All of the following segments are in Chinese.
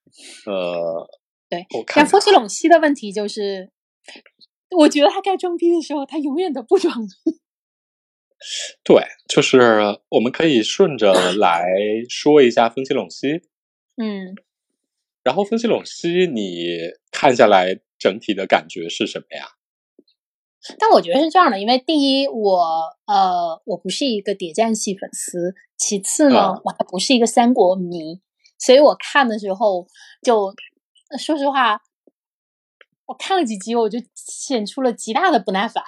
呃， 对， 我看像风起陇西的问题就是，我觉得他该装逼的时候，他永远都不装逼。 对，就是我们可以顺着来说一下风起陇西。然后风起陇西你看下来整体的感觉是什么呀？ 但我觉得是这样的，因为第一，我不是一个谍战系粉丝，其次呢，我还不是一个三国迷，所以我看的时候就说实话，我看了几集我就显出了极大的不耐烦。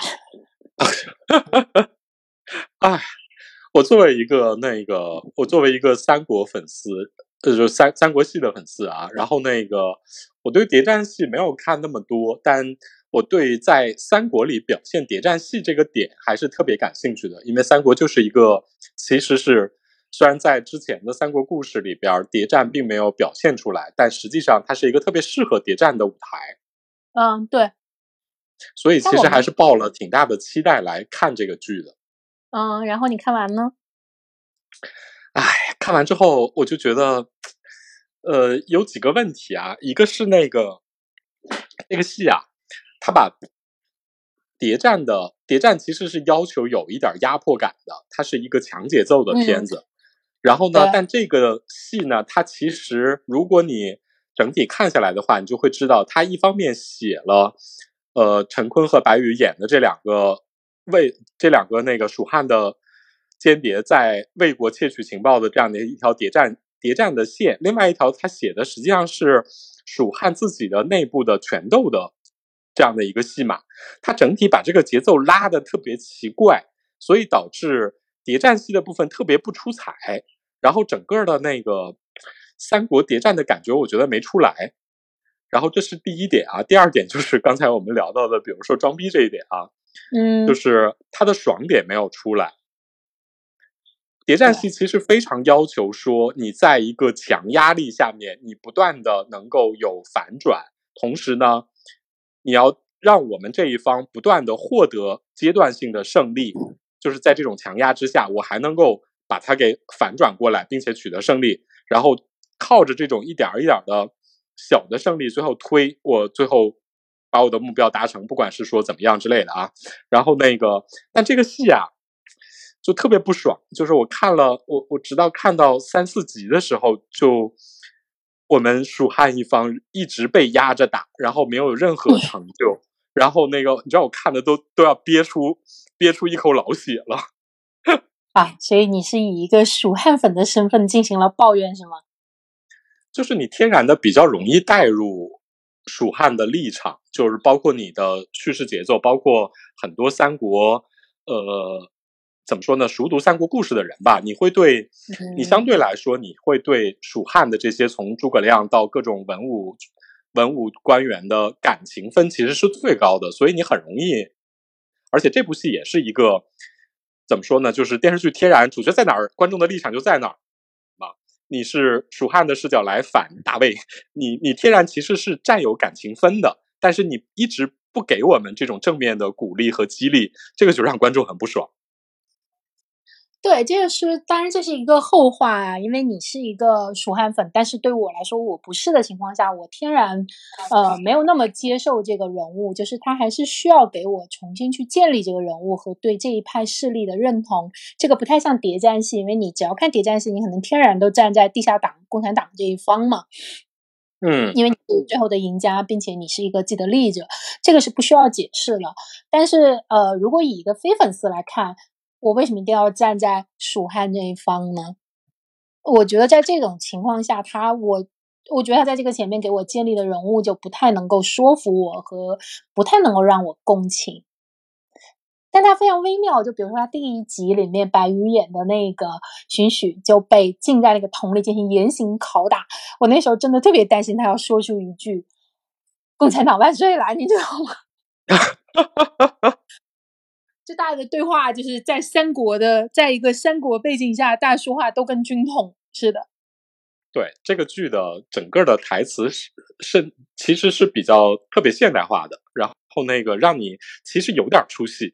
哎，我作为一个三国粉丝，就是三国系的粉丝啊。然后我对谍战戏没有看那么多，但我对在三国里表现谍战戏这个点还是特别感兴趣的，因为三国就是一个其实是虽然在之前的三国故事里边谍战并没有表现出来，但实际上它是一个特别适合谍战的舞台。 对。 所以其实还是抱了挺大的期待来看这个剧的。 然后你看完呢？ 看完之后我就觉得，有几个问题啊。一个是那个戏啊，他把谍战其实是要求有一点压迫感的，它是一个强节奏的片子。然后呢，但这个戏呢，它其实如果你整体看下来的话，你就会知道，它一方面写了陈坤和白宇演的这两个那个蜀汉的间谍在魏国窃取情报的这样的一条谍战的线，另外一条他写的实际上是蜀汉自己的内部的权斗的这样的一个戏码。他整体把这个节奏拉得特别奇怪，所以导致谍战戏的部分特别不出彩，然后整个的那个三国谍战的感觉我觉得没出来。然后这是第一点啊。第二点就是刚才我们聊到的，比如说装逼这一点啊，就是他的爽点没有出来。谍战戏其实非常要求说你在一个强压力下面，你不断的能够有反转，同时呢，你要让我们这一方不断的获得阶段性的胜利，就是在这种强压之下，我还能够把它给反转过来，并且取得胜利，然后靠着这种一点一点的小的胜利，最后最后把我的目标达成，不管是说怎么样之类的啊。然后但这个戏啊，就特别不爽，就是我看了，我直到看到3、4集的时候，就我们蜀汉一方一直被压着打，然后没有任何成就，然后你知道我看的都要憋出一口老血了。 所以你是以一个蜀汉粉的身份进行了抱怨是吗？ 就是你天然的比较容易带入蜀汉的立场，就是包括你的叙事节奏，包括很多三国怎么说呢，熟读三国故事的人吧，你相对来说你会对蜀汉的这些从诸葛亮到各种文武官员的感情分其实是最高的，所以你很容易。而且这部戏也是一个怎么说呢，就是电视剧天然主角在哪儿，观众的立场就在哪儿。你是蜀汉的视角来反大魏，你天然其实是占有感情分的，但是你一直不给我们这种正面的鼓励和激励，这个就让观众很不爽。 对，当然这是一个后话啊，因为你是一个蜀汉粉，但是对我来说我不是的情况下，我天然没有那么接受这个人物，就是他还是需要给我重新去建立这个人物和对这一派势力的认同。这个不太像谍战戏，因为你只要看谍战戏，你可能天然都站在地下党共产党这一方嘛。因为你是最后的赢家，并且你是一个既得利益者，这个是不需要解释的。但是如果以一个非粉丝来看，我为什么一定要站在蜀汉这一方呢？我觉得在这种情况下，我觉得他在这个前面给我建立的人物就不太能够说服我，和不太能够让我共情。但他非常微妙，就比如说他第1集里面白宇演的那个荀彧就被禁在那个桶里进行严刑拷打，我那时候真的特别担心他要说出一句共产党万岁来，你知道吗？就大家的对话就是在一个三国背景下，大家说话都跟军统似的。 对，这个剧的整个的台词其实是比较特别现代化的，然后让你其实有点出戏。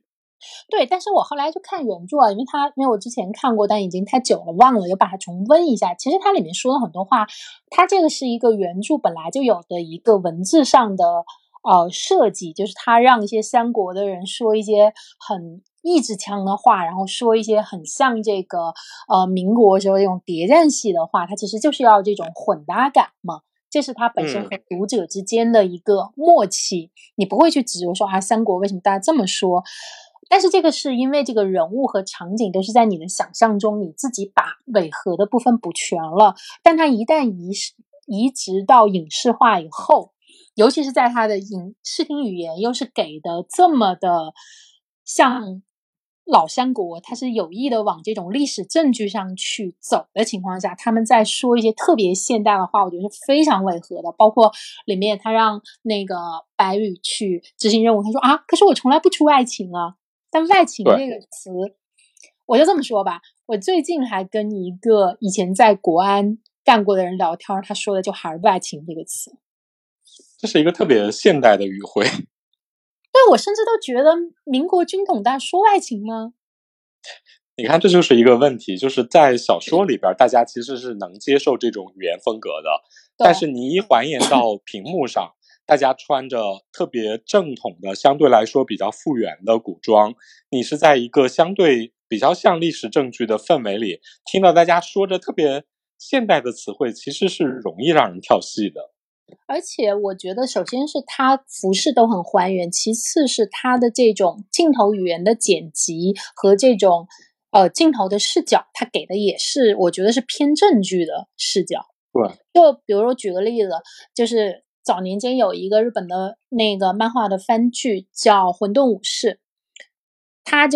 对，但是我后来就看原著啊，因为我之前看过，但已经太久了忘了，又把它重温一下。其实它里面说了很多话，它这个是一个原著本来就有的一个文字上的设计，就是它让一些三国的人说一些很意志强的话，然后说一些很像这个民国时候那种谍战戏的话，它其实就是要这种混搭感嘛。这是它本身和读者之间的一个默契，你不会去指责说啊，三国为什么大家这么说？但是这个是因为这个人物和场景都是在你的想象中，你自己把违和的部分补全了。但它一旦移植到影视化以后，尤其是在它的视听语言又是给的这么的像老三国，它是有意的往这种历史证据上去走的情况下，他们在说一些特别现代的话，我觉得是非常违和的。包括里面他让那个白宇去执行任务，他说啊，可是我从来不出外勤啊。但外勤这个词，我就这么说吧，我最近还跟一个以前在国安干过的人聊天，他说的就还是外勤这个词。 这是一个特别现代的语汇。 对，我甚至都觉得民国军统大说外勤吗？ 你看，这就是一个问题，就是在小说里边，大家其实是能接受这种语言风格的，但是你一还原到屏幕上，大家穿着特别正统的，相对来说比较复原的古装，你是在一个相对比较像历史证据的氛围里，听到大家说着特别现代的词汇，其实是容易让人跳戏的。 而且我觉得，首先是它服饰都很还原，其次是它的这种镜头语言的剪辑和这种镜头的视角，它给的也是我觉得是偏正剧的视角。 对， 就比如说举个例子，就是早年间有一个日本的那个漫画的番剧叫《混沌武士》，它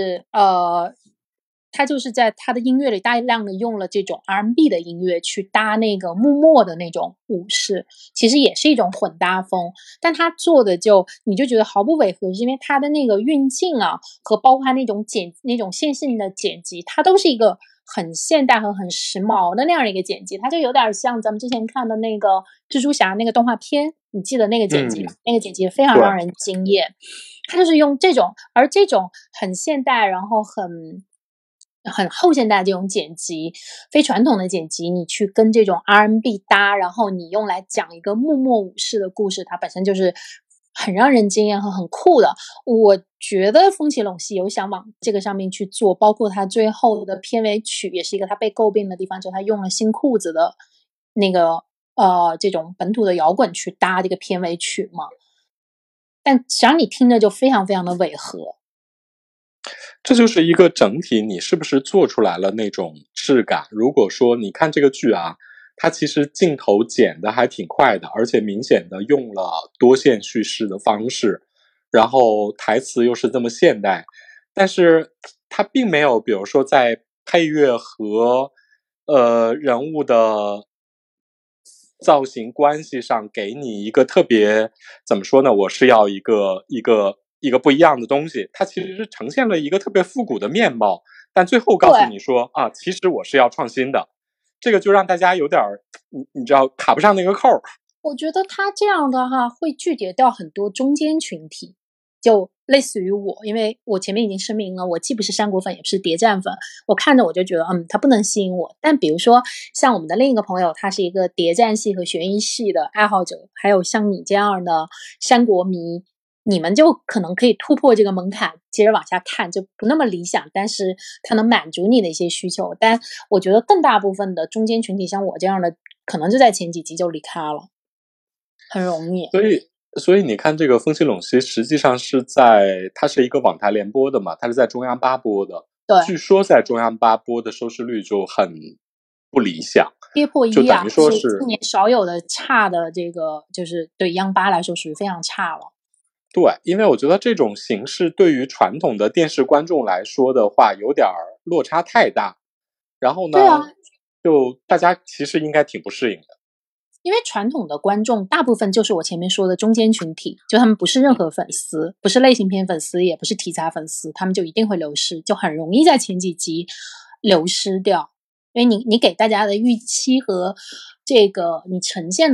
就是在它的音乐里大量的用了这种 R&B 的音乐去搭那个幕末的那种武士，其实也是一种混搭风，但他做的你就觉得毫不违和，是因为他的那个运镜啊，和包括他那种线性的剪辑，它都是一个很现代和很时髦的那样的一个剪辑，它就有点像咱们之前看的那个蜘蛛侠那个动画片，你记得那个剪辑吗？那个剪辑非常让人惊艳。他就是用这种很现代，然后很后现代这种剪辑，非传统的剪辑，你去跟这种 R&B 搭，然后你用来讲一个幕末武士的故事，它本身就是很让人惊艳和很酷的。我觉得风起陇西有想往这个上面去做，包括他最后的片尾曲也是一个他被诟病的地方，就是他用了新裤子的那个这种本土的摇滚去搭这个片尾曲嘛。但实际上你听着就非常非常的违和。 这就是一个整体，你是不是做出来了那种质感？如果说你看这个剧啊，它其实镜头剪的还挺快的，而且明显的用了多线叙事的方式，然后台词又是这么现代，但是它并没有，比如说在配乐和人物的造型关系上给你一个特别怎么说呢？我是要一个不一样的东西，它其实是呈现了一个特别复古的面貌，但最后告诉你说啊，其实我是要创新的，这个就让大家有点你知道卡不上那个扣。 我觉得他这样的话会拒绝掉很多中间群体，就类似于我，因为我前面已经声明了，我既不是三国粉，也不是谍战粉，我看着我就觉得，他不能吸引我。但比如说像我们的另一个朋友，他是一个谍战系和悬疑系的爱好者，还有像你这样的三国迷，你们就可能可以突破这个门槛，接着往下看，就不那么理想，但是它能满足你的一些需求。但我觉得更大部分的中间群体，像我这样的，可能就在前几集就离开了。很容易， 所以你看，这个《风起陇西》实际上它是一个网台联播的嘛，它是在中央八播的。 对， 据说在中央八播的收视率就很不理想， 跌破1 就等于说是今年少有的差的这个，就是对央八来说属于非常差了。 对，因为我觉得这种形式对于传统的电视观众来说的话，有点落差太大。然后呢，就大家其实应该挺不适应的。 因为传统的观众大部分就是我前面说的中间群体，就他们不是任何粉丝，不是类型片粉丝，也不是题材粉丝，他们就一定会流失，就很容易在前几集流失掉。因为你给大家的预期和这个你呈现的就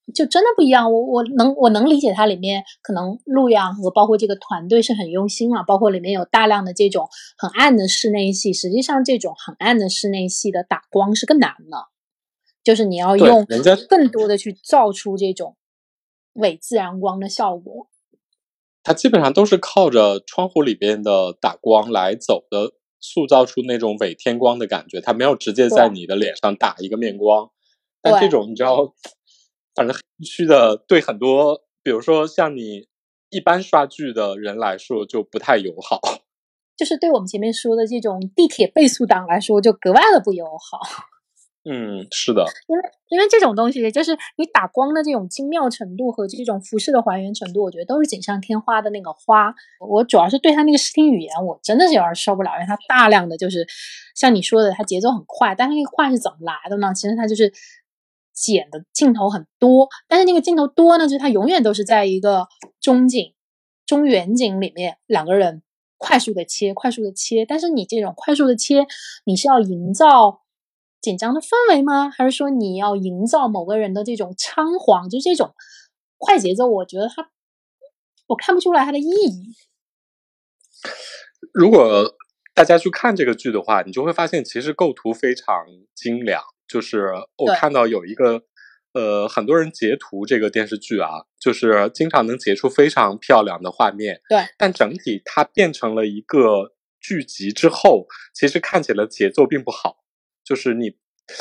就真的不一样。我能理解它里面可能陆阳和包括这个团队是很用心了，包括里面有大量的这种很暗的室内戏，实际上这种很暗的室内戏的打光是更难的，就是你要用人家更多的去造出这种伪自然光的效果。 它基本上都是靠着窗户里边的打光来走的，塑造出那种伪天光的感觉，它没有直接在你的脸上打一个面光。但这种你知道，反正黑区的对很多，比如说像你一般刷剧的人来说就不太友好。 就是对我们前面说的这种地铁倍速党来说就格外的不友好。 是的， 因为这种东西就是你打光的这种精妙程度和这种服饰的还原程度，我觉得都是锦上添花的那个花。我主要是对他那个视听语言我真的是有点受不了，因为他大量的就是像你说的他节奏很快，但是那个快是怎么来的呢？其实他就是剪的镜头很多，但是那个镜头多呢，就是他永远都是在一个中景中远景里面两个人快速的切，但是你这种快速的切，你是要营造紧张的氛围吗？还是说你要营造某个人的这种仓皇？就这种快节奏，我觉得我看不出来它的意义。 如果大家去看这个剧的话，你就会发现其实构图非常精良。就是我看到有一个很多人截图这个电视剧啊，就是经常能截出非常漂亮的画面。 对， 但整体它变成了一个剧集之后，其实看起来节奏并不好。就是你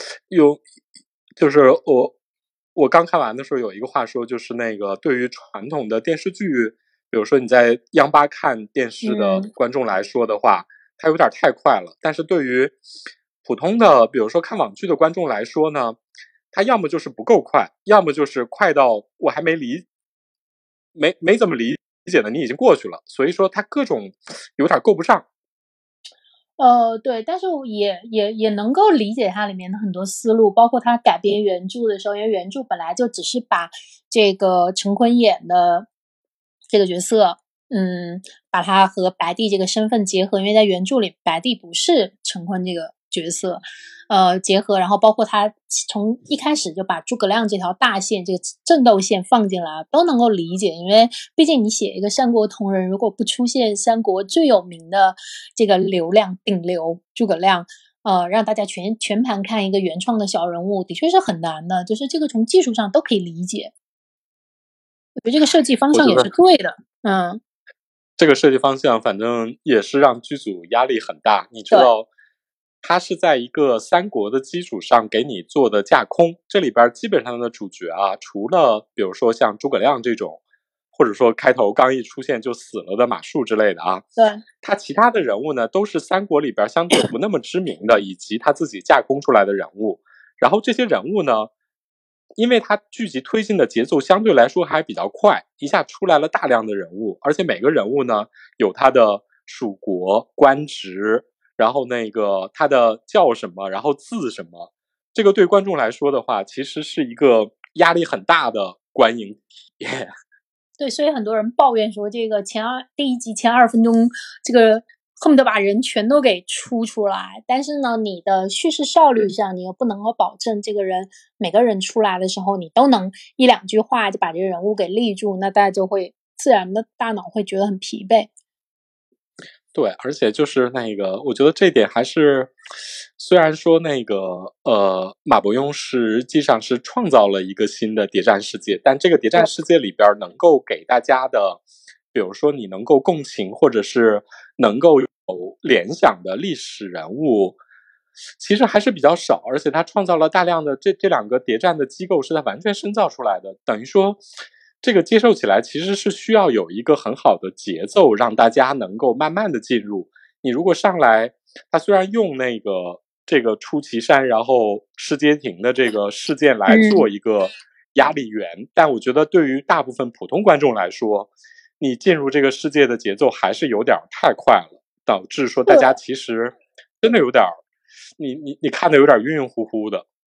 就是我刚看完的时候有一个话说，就是那个对于传统的电视剧，比如说你在央八看电视的观众来说的话，它有点太快了。但是对于普通的比如说看网剧的观众来说呢，它要么就是不够快，要么就是快到我还没怎么理解的你已经过去了，所以说它各种有点够不上。 对，但是我也能够理解它里面的很多思路，包括它改编原著的时候，因为原著本来就只是把这个陈坤演的这个角色，把他和白帝这个身份结合，因为在原著里白帝不是陈坤这个角色，结合，然后包括他从一开始就把诸葛亮这条大线，这个正斗线放进来，都能够理解。因为毕竟你写一个三国同人，如果不出现三国最有名的这个流量顶流诸葛亮，让大家全盘看一个原创的小人物，的确是很难的。就是这个从技术上都可以理解，我觉得这个设计方向也是对的。 这个设计方向反正也是让剧组压力很大。你知道它是在一个三国的基础上给你做的架空，这里边基本上的主角啊，除了比如说像诸葛亮这种，或者说开头刚一出现就死了的马谡之类的啊， 对， 他其他的人物呢都是三国里边相对不那么知名的，以及他自己架空出来的人物。然后这些人物呢，因为他剧集推进的节奏相对来说还比较快，一下出来了大量的人物，而且每个人物呢有他的属国、官职，然后那个他的叫什么，然后字什么，这个对观众来说的话，其实是一个压力很大的观影体验。 对，所以很多人抱怨说，这个第一集前20分钟，这个恨不得把人全都给出来。但是呢，你的叙事效率上，你又不能够保证这个人每个人出来的时候，你都能一两句话就把这个人物给立住，那大家就会自然的大脑会觉得很疲惫。 对，而且就是那个，我觉得这点还是，虽然说那个马伯庸实际上是创造了一个新的谍战世界，但这个谍战世界里边能够给大家的，比如说你能够共情或者是能够有联想的历史人物，其实还是比较少。而且他创造了大量的这两个谍战的机构是他完全深造出来的，等于说这个接受起来其实是需要有一个很好的节奏，让大家能够慢慢的进入。你如果上来，他虽然用这个出祁山然后世街亭的这个事件来做一个压力源，但我觉得对于大部分普通观众来说，你进入这个世界的节奏还是有点太快了，导致说大家其实真的有点你看的有点晕晕乎乎的。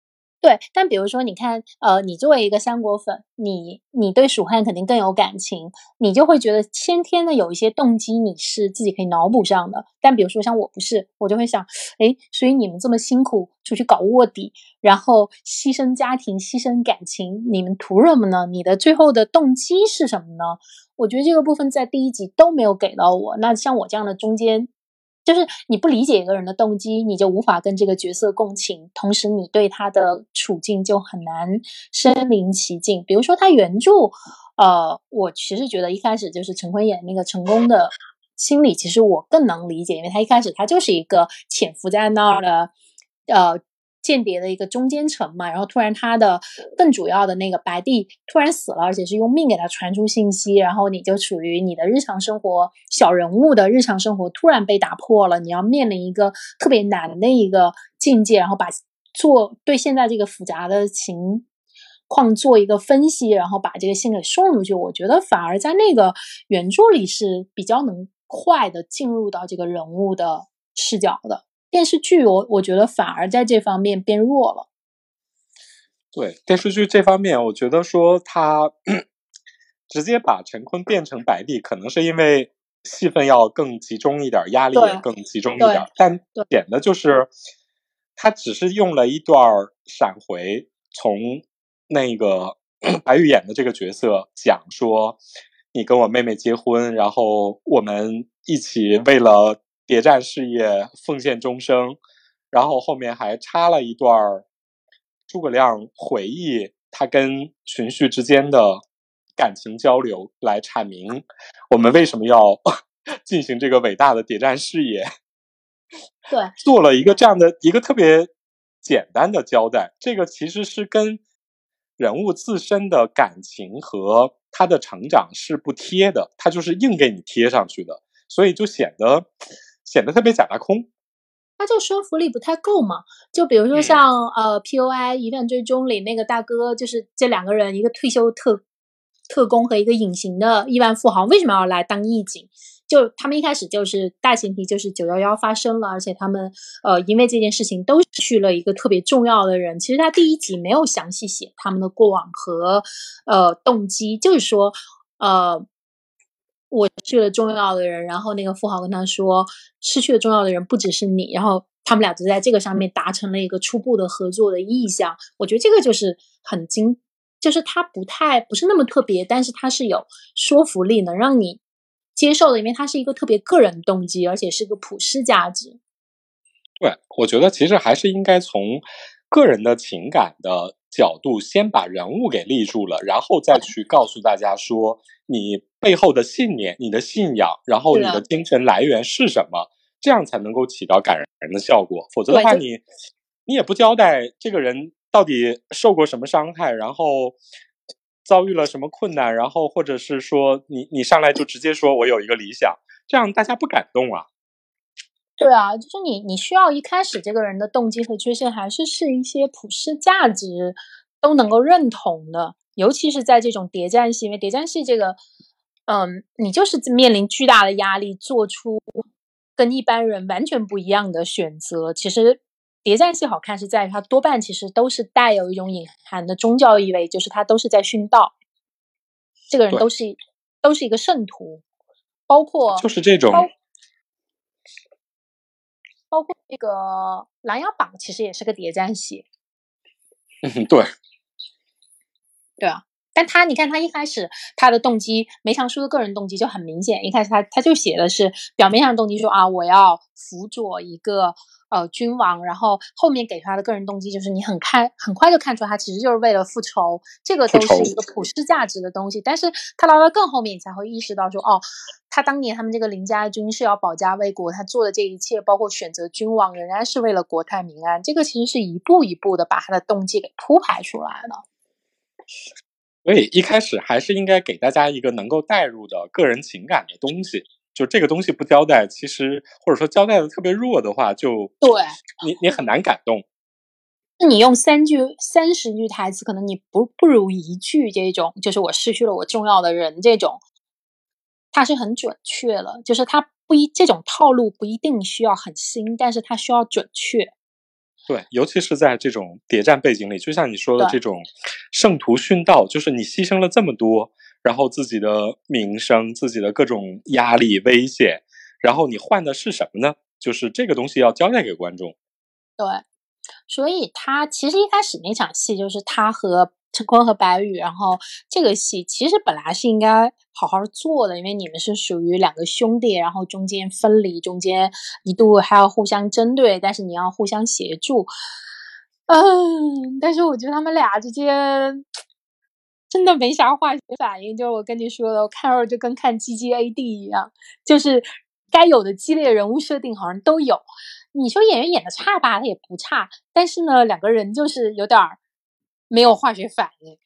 对，但比如说你看，你作为一个三国粉，你对蜀汉肯定更有感情，你就会觉得先天的有一些动机你是自己可以脑补上的。但比如说像我不是，我就会想，诶，所以你们这么辛苦出去搞卧底，然后牺牲家庭、牺牲感情，你们图什么呢？你的最后的动机是什么呢？我觉得这个部分在第一集都没有给到我。那像我这样的中间就是你不理解一个人的动机，你就无法跟这个角色共情，同时你对他的处境就很难身临其境。比如说他原著，我其实觉得一开始就是陈坤演那个成功的心理，其实我更能理解，因为他一开始他就是一个潜伏在那儿的，间谍的一个中间层嘛，然后突然他的更主要的那个白帝突然死了，而且是用命给他传出信息，然后你就处于你的日常生活，小人物的日常生活突然被打破了，你要面临一个特别难的一个境界，然后对现在这个复杂的情况做一个分析，然后把这个信给送出去。我觉得反而在那个原著里是比较能快的进入到这个人物的视角的。电视剧我觉得反而在这方面变弱了。 对，电视剧这方面，我觉得说他直接把陈坤变成白帝，可能是因为戏份要更集中一点，压力也更集中一点，但显得就是他只是用了一段闪回，从那个白宇演的这个角色讲说，你跟我妹妹结婚，然后我们一起为了谍战事业奉献终生，然后后面还插了一段诸葛亮回忆他跟荀彧之间的感情交流，来阐明我们为什么要进行这个伟大的谍战事业。 对， 做了一个这样的一个特别简单的交代，这个其实是跟人物自身的感情和他的成长是不贴的，他就是硬给你贴上去的，所以就显得特别假大空。 他就说服力不太够嘛。就比如说像POI 疑犯追踪里那个大哥，就是这两个人，一个退休特工和一个隐形的亿万富豪，为什么要来当义警？就他们一开始就是大前提就是911发生了，而且他们因为这件事情都失去了一个特别重要的人。其实他第一集没有详细写他们的过往和动机，就是说我失去了重要的人，然后那个富豪跟他说，失去了重要的人不只是你，然后他们俩就在这个上面达成了一个初步的合作的意向。我觉得这个就是就是它不是那么特别，但是它是有说服力，能让你接受的，因为它是一个特别个人动机，而且是个普世价值。 对，我觉得其实还是应该从个人的情感的角度，先把人物给立住了，然后再去告诉大家说你背后的信念、你的信仰，然后你的精神来源是什么，这样才能够起到感人的效果。否则的话，你也不交代这个人到底受过什么伤害，然后遭遇了什么困难，然后或者是说你上来就直接说我有一个理想，这样大家不感动啊。 对啊，就是你需要一开始这个人的动机和缺陷还是一些普世价值都能够认同的，尤其是在这种谍战戏，因为谍战戏这个，你就是面临巨大的压力，做出跟一般人完全不一样的选择。其实谍战戏好看是在于它多半其实都是带有一种隐含的宗教意味，就是它都是在殉道，这个人都是一个圣徒，包括就是这种。 包括那个《琅琊榜》其实也是个谍战戏。 对。 对啊，但你看他一开始他的动机，梅长苏的个人动机就很明显，一开始他就写的是表面上的动机说啊，我要辅佐一个君王，然后后面给他的个人动机就是你很快就看出他其实就是为了复仇，这个都是一个普世价值的东西。但是他到了更后面，你才会意识到说哦，他当年他们这个林家军是要保家卫国，他做的这一切，包括选择君王，仍然是为了国泰民安。这个其实是一步一步的把他的动机给铺排出来的。 所以一开始还是应该给大家一个能够带入的个人情感的东西，就这个东西不交代，其实或者说交代的特别弱的话，就对你很难感动。 你用30句台词，可能你不如一句这种，就是我失去了我重要的人这种，它是很准确了，就是它这种套路不一定需要很新，但是它需要准确。 对，尤其是在这种谍战背景里，就像你说的对这种圣徒殉道，就是你牺牲了这么多，然后自己的名声、自己的各种压力、危险，然后你换的是什么呢？就是这个东西要交代给观众。 对，所以他其实一开始那场戏就是他和陈坤和白宇，然后这个戏其实本来是应该好好做的，因为你们是属于两个兄弟，然后中间分离，中间一度还要互相针对，但是你要互相协助。但是我觉得他们俩之间真的没啥化学反应，就是我跟你说的，我看着就跟看 GGAD 一样，就是该有的激烈人物设定好像都有。你说演员演的差吧，他也不差，但是呢，两个人就是有点没有化学反应。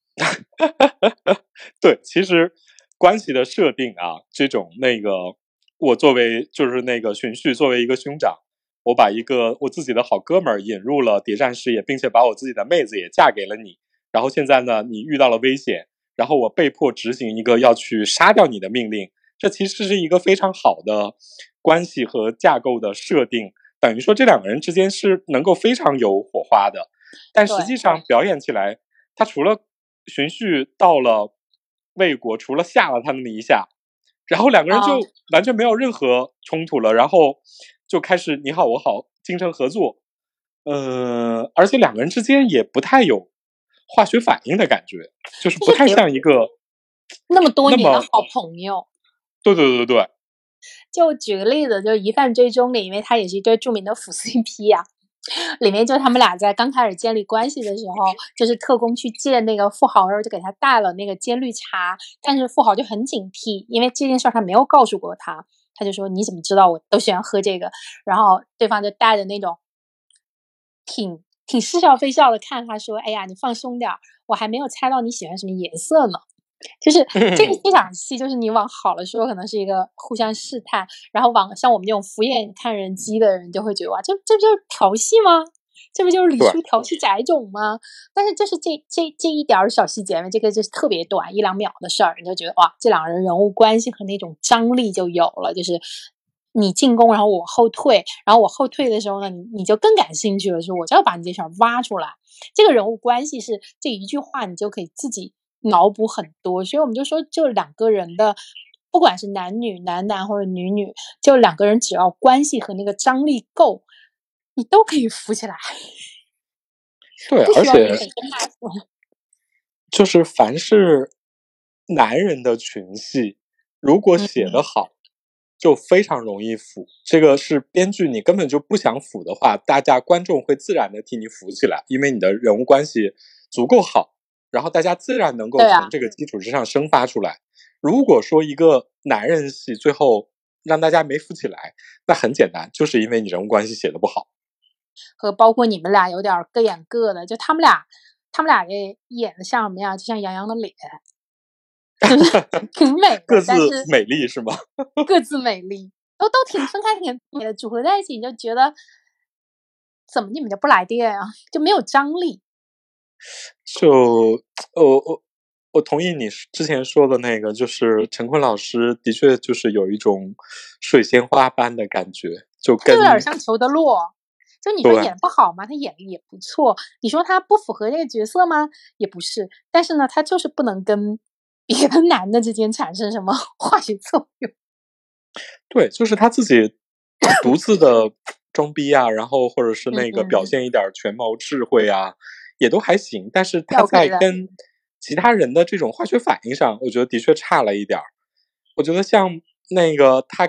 对，其实关系的设定啊，这种我作为就是那个荀彧作为一个兄长，我把一个我自己的好哥们儿引入了谍战事业，并且把我自己的妹子也嫁给了你，然后现在呢，你遇到了危险，然后我被迫执行一个要去杀掉你的命令，这其实是一个非常好的关系和架构的设定，等于说这两个人之间是能够非常有火花的，但实际上表演起来，他除了荀彧到了魏国，除了吓了他那么一下，然后两个人就完全没有任何冲突了，然后就开始你好我好，精诚合作。而且两个人之间也不太有化学反应的感觉，就是不太像一个那么多年的好朋友。 对对对对， 就举个例子，就《疑犯追踪》里，因为它也是一对著名的腐 CP 呀、里面就他们俩在刚开始建立关系的时候，就是特工去见那个富豪的时候，就给他带了那个煎绿茶，但是富豪就很警惕，因为这件事他没有告诉过他，他就说你怎么知道我都喜欢喝这个？然后对方就带着那种挺似笑非笑的看他说，哎呀，你放松点，我还没有猜到你喜欢什么颜色呢。就是这场戏，就是你往好了说，可能是一个互相试探，然后往像我们这种敷衍看人机的人，就会觉得哇，这不就是调戏吗？这不就是李叔调戏翟种吗？但是就是这一点小细节，这个就是特别短1-2秒的事儿，你就觉得哇，这两个人人物关系和那种张力就有了，就是你进攻，然后我后退，然后我后退的时候呢，你就更感兴趣了，说我就要把你这事儿挖出来。这个人物关系是这一句话，你就可以自己脑补很多，所以我们就说，就两个人的，不管是男女、男男或者女女，就两个人只要关系和那个张力够，你都可以扶起来。 对，而且跟他说， 就是凡是男人的群戏，如果写得好，就非常容易腐。这个是编剧你根本就不想腐的话，大家观众会自然的替你腐起来，因为你的人物关系足够好，然后大家自然能够从这个基础之上生发出来。如果说一个男人戏最后让大家没腐起来，那很简单，就是因为你人物关系写得不好。 和包括你们俩有点各演各的，就他们俩这演的像什么呀？就像杨洋的脸，就是挺美的， 各自但是美丽是吗？ 各自美丽，都挺分开挺美的，组合在一起你就觉得怎么你们就不来电啊？就没有张力。 就我同意你之前说的那个，就是陈坤老师的确就是有一种水仙花般的感觉，就跟有点像裘德洛。就你说演不好吗？他演的也不错。你说他不符合这个角色吗？也不是。但是呢，他就是不能跟别的男的之间产生什么化学作用。 对，就是他自己独自的装逼啊，然后或者是那个表现一点权谋智慧啊，也都还行。但是他在跟其他人的这种化学反应上，我觉得的确差了一点儿。我觉得像那个他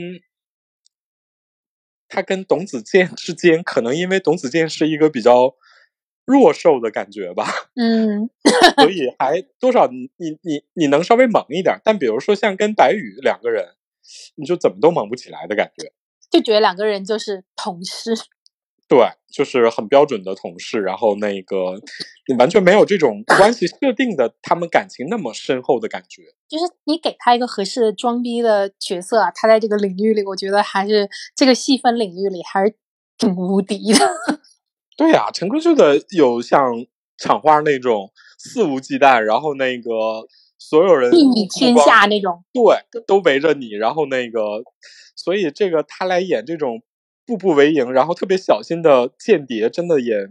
跟董子健之间，可能因为董子健是一个比较弱瘦的感觉吧，所以还多少你能稍微猛一点，但比如说像跟白宇两个人，你就怎么都猛不起来的感觉， 就觉得两个人就是同事。 对，就是很标准的同事，然后那个你完全没有这种关系设定的，他们感情那么深厚的感觉。 就是你给他一个合适的装逼的角色啊，他在这个领域里，我觉得还是这个细分领域里还是挺无敌的。 对呀，陈坤就得有像厂花那种肆无忌惮，然后那个所有人睥睨天下那种， 对，都围着你，然后那个，所以这个他来演这种步步为营，然后特别小心的间谍，真的也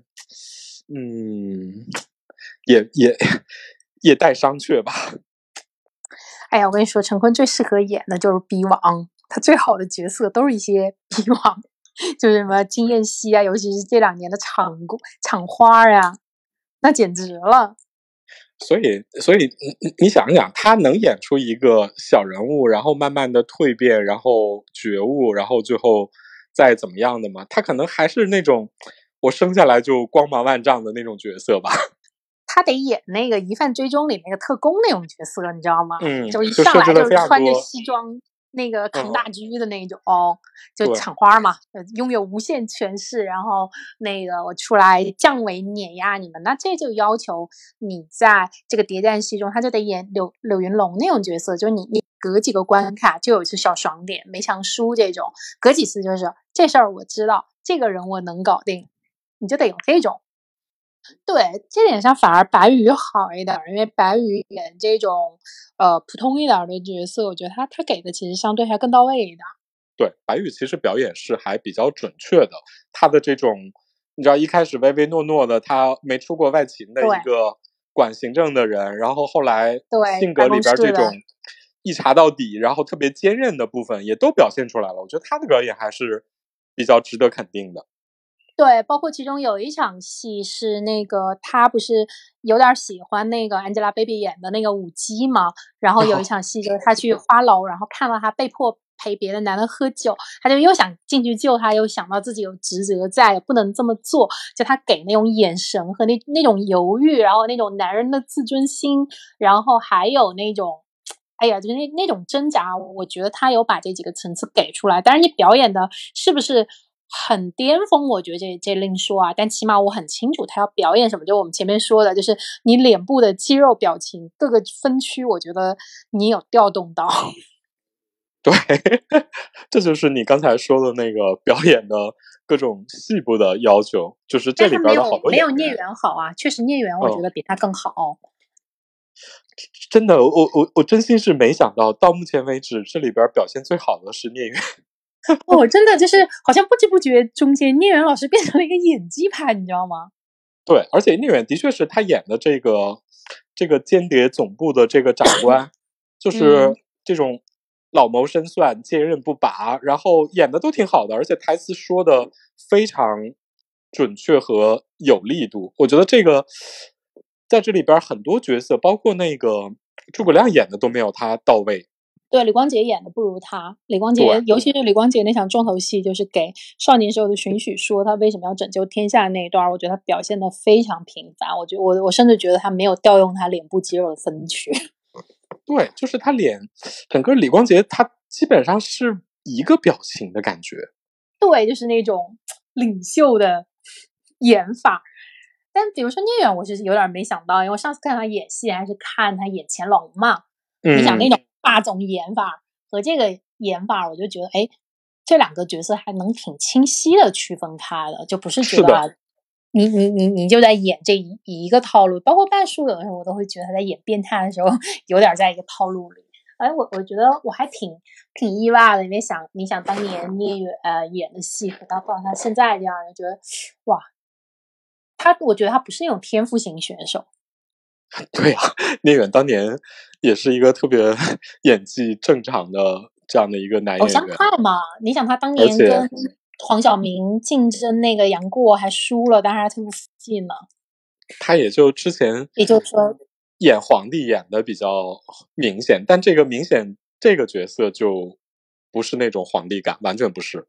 也待商榷吧。 哎呀，我跟你说，陈坤最适合演的就是逼王，他最好的角色都是一些逼王，就是什么金燕西啊，尤其是这2年的厂花呀，那简直了。 所以你想一想，他能演出一个小人物，然后慢慢的蜕变，然后觉悟，然后最后再怎么样的吗？他可能还是那种我生下来就光芒万丈的那种角色吧。 他得演那个《疑犯追踪》里那个特工那种角色，你知道吗？就一上来就穿着西装，那个扛大狙的那种，就厂花嘛，拥有无限权势，然后那个我出来降维碾压你们，那这就要求你在这个谍战戏中，他就得演柳云龙那种角色，就是你隔几个关卡就有一次小爽点，没强输这种，隔几次就是这事儿我知道，这个人我能搞定，你就得有这种。对，这点上反而白宇好一点，因为白宇演这种普通一点的角色，我觉得他给的其实相对还更到位一点。 对，白宇其实表演是还比较准确的，他的这种你知道一开始唯唯诺诺的，他没出过外勤的一个管行政的人，然后后来性格里边这种一查到底，然后特别坚韧的部分也都表现出来了，我觉得他的表演还是比较值得肯定的。 对，包括其中有一场戏是那个他不是有点喜欢那个 Angelababy 演的那个舞姬嘛，然后有一场戏就是他去花楼，然后看到他被迫陪别的男的喝酒，他就又想进去救他，又想到自己有职责在，不能这么做，就他给那种眼神和那种犹豫，然后那种男人的自尊心，然后还有那种哎呀，就是那种挣扎，我觉得他有把这几个层次给出来。当然，你表演的是不是很巅峰，我觉得这另说啊。但起码我很清楚他要表演什么，就我们前面说的，就是你脸部的肌肉表情各个分区，我觉得你有调动到。 对，这就是你刚才说的那个表演的各种细部的要求，就是这里边的好多没有聂远好啊，确实聂远我觉得比他更好。 真的，我真心是没想到目前为止这里边表现最好的是聂远。 真的就是好像不知不觉中间聂远老师变成了一个演技派，你知道吗？ 对，而且聂远的确是他演的这个间谍总部的这个长官，就是这种老谋深算、坚韧不拔，然后演的都挺好的，而且台词说的非常准确和有力度。我觉得这个在这里边很多角色，包括那个诸葛亮演的都没有他到位。 对，李光洁演的不如他。李光洁，尤其是李光洁那场重头戏，就是给少年时候的荀彧说他为什么要拯救天下那一段，我觉得他表现的非常平凡。我甚至觉得他没有调用他脸部肌肉的分区。 对，就是他整个李光洁他基本上是一个表情的感觉。 对，就是那种领袖的演法。但比如说聂远，我是有点没想到，因为我上次看他演戏还是看他演乾隆嘛。你想那种霸总演法和这个演法，我就觉得哎，这两个角色还能挺清晰的区分开的，就不是觉得你就在演这一个套路。包括半叔有的时候我都会觉得他在演变态的时候有点在一个套路里。哎，我觉得我还挺意外的，因为你想当年聂远演的戏和到他现在这样，就觉得哇，我觉得他不是那种天赋型选手。 对啊，聂远当年也是一个特别演技正常的这样的一个男演员。 偶像派嘛，你想他当年跟黄晓明竞争那个杨过还输了，但是还特别服气呢。 他也就之前， 也就是说演皇帝演的比较明显，但这个角色就不是那种皇帝感，完全不是。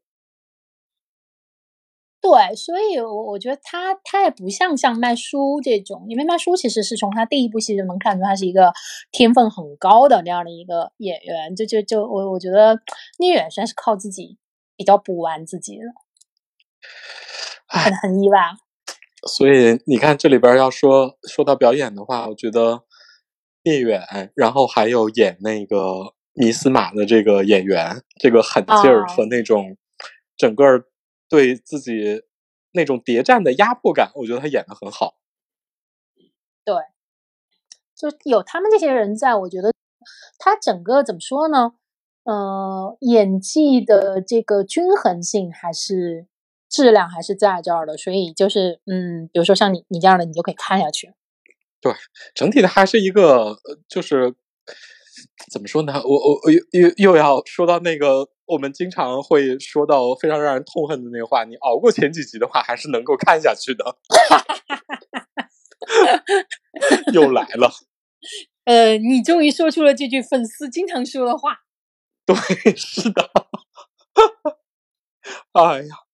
对，所以我觉得他也不像麦叔这种，因为麦叔其实是从他第一部戏就能看出他是一个天分很高的那样的一个演员。我觉得聂远算是靠自己比较补完自己的，很意外。 所以你看这里边要说到表演的话，我觉得聂远，然后还有演那个尼斯玛的这个演员，这个狠劲儿和那种整个对自己那种谍战的压迫感，我觉得他演得很好。 对，就有他们这些人在，我觉得他整个怎么说呢？ 演技的这个均衡性还是质量还是在这儿的，所以就是比如说像你这样的，你就可以看下去。 对，整体的还是一个就是怎么说呢？我又要说到那个我们经常会说到非常让人痛恨的那个话，你熬过前几集的话，还是能够看下去的。又来了。 你终于说出了这句粉丝经常说的话。 对，是的。哎呀，